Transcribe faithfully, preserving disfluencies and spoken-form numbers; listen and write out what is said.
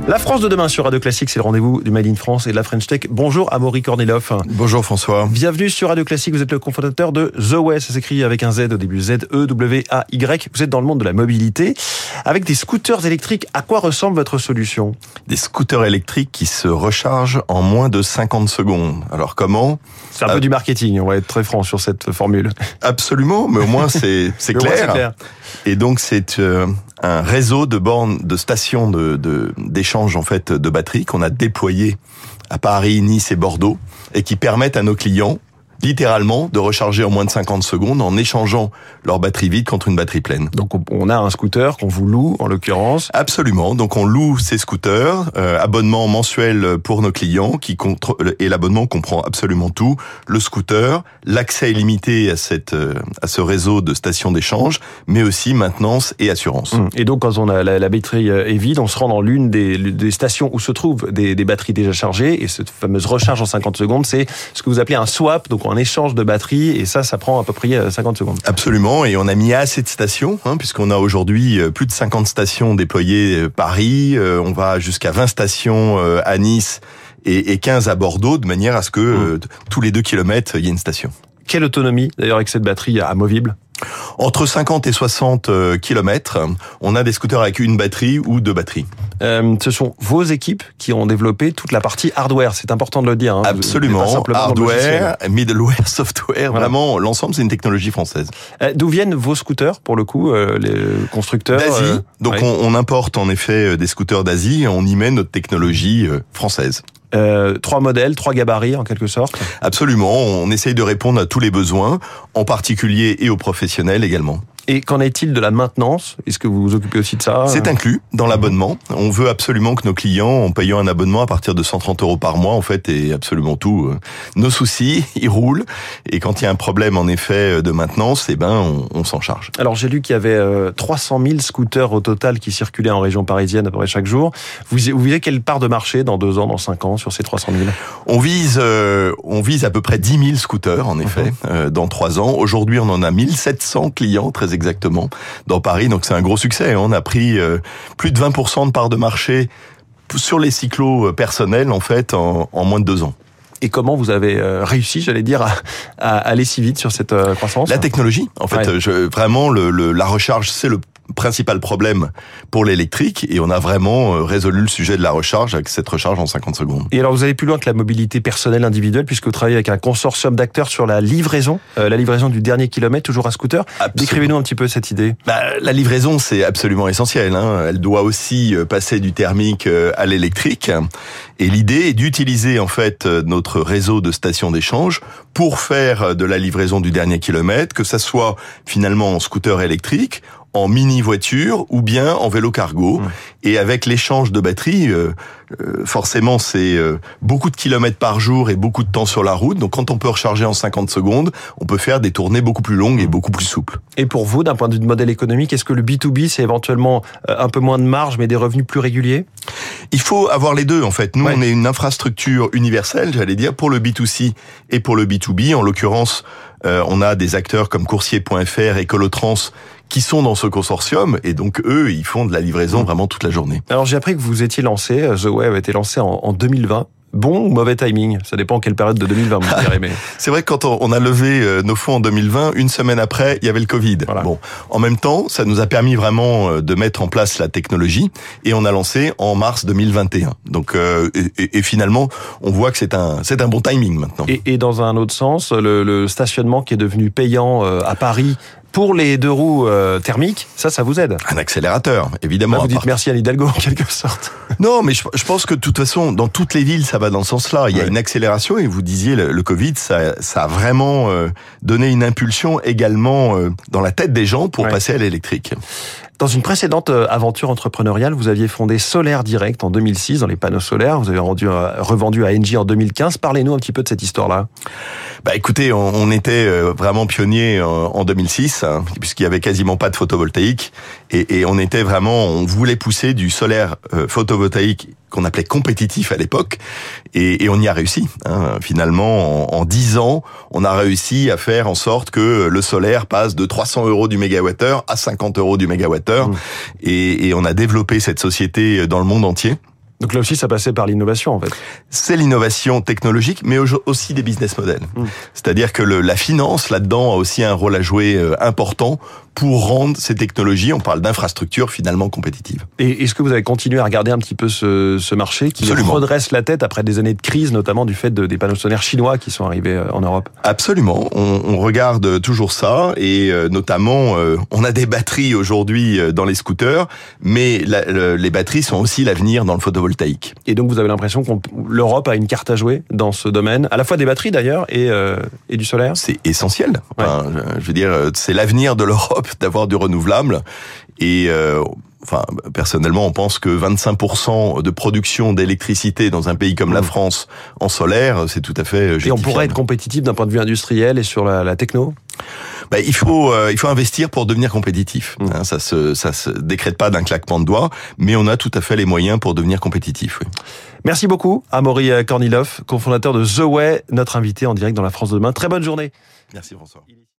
La France de demain sur Radio Classique, c'est le rendez-vous du Made in France et de la French Tech. Bonjour Amaury Kornilov. Bonjour François. Bienvenue sur Radio Classique, vous êtes le cofondateur de Zoway, ça s'écrit avec un Z au début, Z E W A Y. Vous êtes dans le monde de la mobilité, avec des scooters électriques. À quoi ressemble votre solution ? Des scooters électriques qui se rechargent en moins de cinquante secondes. Alors comment ? C'est un peu euh... du marketing, on va être très franc sur cette formule. Absolument, mais au moins c'est, c'est, clair. Moins c'est clair. Et donc c'est euh, un réseau de bornes, de stations de, de, d'échange en fait de batteries qu'on a déployé à Paris, Nice et Bordeaux et qui permettent à nos clients littéralement de recharger en moins de cinquante secondes en échangeant leur batterie vide contre une batterie pleine. Donc on a un scooter qu'on vous loue en l'occurrence. Absolument, donc on loue ces scooters, euh, abonnement mensuel pour nos clients qui contrôle, et l'abonnement comprend absolument tout, le scooter, l'accès illimité à cette euh, à ce réseau de stations d'échange, mais aussi maintenance et assurance. Et donc quand on a la, la batterie est vide, on se rend dans l'une des, des stations où se trouvent des, des batteries déjà chargées et cette fameuse recharge en cinquante secondes, c'est ce que vous appelez un swap, donc un échange de batterie, et ça, ça prend à peu près cinquante secondes. Absolument, et on a mis assez de stations, hein, puisqu'on a aujourd'hui plus de cinquante stations déployées à Paris, euh, on va jusqu'à vingt stations euh, à Nice et, et quinze à Bordeaux, de manière à ce que euh, mmh. tous les deux kilomètres, il y ait une station. Quelle autonomie, d'ailleurs, avec cette batterie amovible ? Entre cinquante et soixante kilomètres, on a des scooters avec une batterie ou deux batteries. Euh, ce sont vos équipes qui ont développé toute la partie hardware, c'est important de le dire. Hein. Absolument, hardware, middleware, software, voilà. Vraiment, l'ensemble, c'est une technologie française. Euh, d'où viennent vos scooters, pour le coup, euh, les constructeurs d'Asie, euh... donc ouais. on, on importe en effet des scooters d'Asie et on y met notre technologie euh, française. Euh, trois modèles, trois gabarits en quelque sorte. Absolument, on essaye de répondre à tous les besoins, en particulier et aux professionnels également. Et qu'en est-il de la maintenance ? Est-ce que vous vous occupez aussi de ça ? C'est inclus dans l'abonnement. On veut absolument que nos clients, en payant un abonnement à partir de cent trente euros par mois, en fait, aient absolument tout. Nos soucis, ils roulent. Et quand il y a un problème, en effet, de maintenance, eh ben, on, on s'en charge. Alors, j'ai lu qu'il y avait euh, trois cent mille scooters au total qui circulaient en région parisienne à peu près chaque jour. Vous, vous visez quelle part de marché dans deux ans, dans cinq ans, sur ces trois cent mille ? On vise, euh, on vise à peu près dix mille scooters, en effet, uh-huh. euh, dans trois ans. Aujourd'hui, on en a mille sept cents clients, très exactement, dans Paris. Donc c'est un gros succès. On a pris euh, plus de vingt pour cent de part de marché sur les cyclos personnels, en fait, en, en moins de deux ans. Et comment vous avez réussi, j'allais dire, à, à aller si vite sur cette croissance ? La technologie, en fait. Ouais. Je, vraiment, le, le, la recharge, c'est le principal problème pour l'électrique et on a vraiment résolu le sujet de la recharge avec cette recharge en cinquante secondes. Et alors vous allez plus loin que la mobilité personnelle individuelle puisque vous travaillez avec un consortium d'acteurs sur la livraison, euh, la livraison du dernier kilomètre, toujours à scooter. Absolument. Décrivez-nous un petit peu cette idée. Bah, la livraison, c'est absolument essentiel. Hein. Elle doit aussi passer du thermique à l'électrique. Et l'idée est d'utiliser en fait notre réseau de stations d'échange pour faire de la livraison du dernier kilomètre, que ça soit finalement en scooter électrique, en mini-voiture ou bien en vélo cargo. Mmh. Et avec l'échange de batterie, euh, euh, forcément, c'est euh, beaucoup de kilomètres par jour et beaucoup de temps sur la route. Donc, quand on peut recharger en cinquante secondes, on peut faire des tournées beaucoup plus longues et beaucoup plus souples. Et pour vous, d'un point de vue de modèle économique, est-ce que le B deux B, c'est éventuellement un peu moins de marge, mais des revenus plus réguliers ? Il faut avoir les deux, en fait. Nous, ouais. on est une infrastructure universelle, j'allais dire, pour le B deux C et pour le B deux B. En l'occurrence, euh, on a des acteurs comme coursier point F R et Colotrans qui sont dans ce consortium, et donc eux, ils font de la livraison vraiment toute la journée. Alors j'ai appris que vous étiez lancé, Zoway avait été lancé en, en deux mille vingt. Bon ou mauvais timing ? Ça dépend en quelle période de deux mille vingt, vous direz. Mais... C'est vrai que quand on a levé nos fonds en deux mille vingt, une semaine après, il y avait le Covid. Voilà. Bon, en même temps, ça nous a permis vraiment de mettre en place la technologie, et on a lancé en mars deux mille vingt et un. Donc, euh, et, et finalement, on voit que c'est un, c'est un bon timing maintenant. Et, et dans un autre sens, le, le stationnement qui est devenu payant à Paris pour les deux roues euh, thermiques, ça, ça vous aide. Un accélérateur, évidemment. Bah, vous dites merci à Hidalgo, en quelque sorte. Non, mais je, je pense que de toute façon, dans toutes les villes, ça va dans ce sens-là. Il y a ouais. une accélération, et vous disiez, le, le Covid, ça, ça a vraiment euh, donné une impulsion également euh, dans la tête des gens pour ouais. passer à l'électrique. Dans une précédente aventure entrepreneuriale, vous aviez fondé Solaire Direct en deux mille six dans les panneaux solaires. Vous avez rendu, revendu à Engie en deux mille quinze. Parlez-nous un petit peu de cette histoire-là. Bah écoutez, on, on était vraiment pionniers en, en deux mille six, hein, puisqu'il y avait quasiment pas de photovoltaïque, et, et on était vraiment, on voulait pousser du solaire euh, photovoltaïque qu'on appelait compétitif à l'époque, et, et on y a réussi. Hein. Finalement, en, en dix ans, on a réussi à faire en sorte que le solaire passe de trois cents euros du mégawattheure à cinquante euros du mégawattheure, mmh. et, et on a développé cette société dans le monde entier. Donc là aussi, ça passait par l'innovation, en fait. C'est l'innovation technologique, mais aussi des business models. Mmh. C'est-à-dire que le, la finance, là-dedans, a aussi un rôle à jouer euh, important pour rendre ces technologies, on parle d'infrastructures, finalement compétitives. Et est-ce que vous avez continué à regarder un petit peu ce, ce marché qui Absolument. redresse la tête après des années de crise, notamment du fait de, des panneaux solaires chinois qui sont arrivés en Europe? Absolument, on, on regarde toujours ça, et euh, notamment, euh, on a des batteries aujourd'hui dans les scooters, mais la, le, les batteries sont aussi l'avenir dans le photovoltaïque. Et donc vous avez l'impression que l'Europe a une carte à jouer dans ce domaine, à la fois des batteries d'ailleurs et, euh, et du solaire? C'est essentiel. Enfin, ouais. je, je veux dire, c'est l'avenir de l'Europe d'avoir du renouvelable. Et euh, enfin, personnellement, on pense que vingt-cinq pour cent de production d'électricité dans un pays comme mmh. la France en solaire, c'est tout à fait justifiable. Et on pourrait être compétitif d'un point de vue industriel et sur la, la techno? Ben, il faut euh, il faut investir pour devenir compétitif. Mmh. Hein, ça se ça se décrète pas d'un claquement de doigts, mais on a tout à fait les moyens pour devenir compétitif. Oui. Merci beaucoup, Amaury Kornilov, cofondateur de The Way, notre invité en direct dans La France de demain. Très bonne journée. Merci François.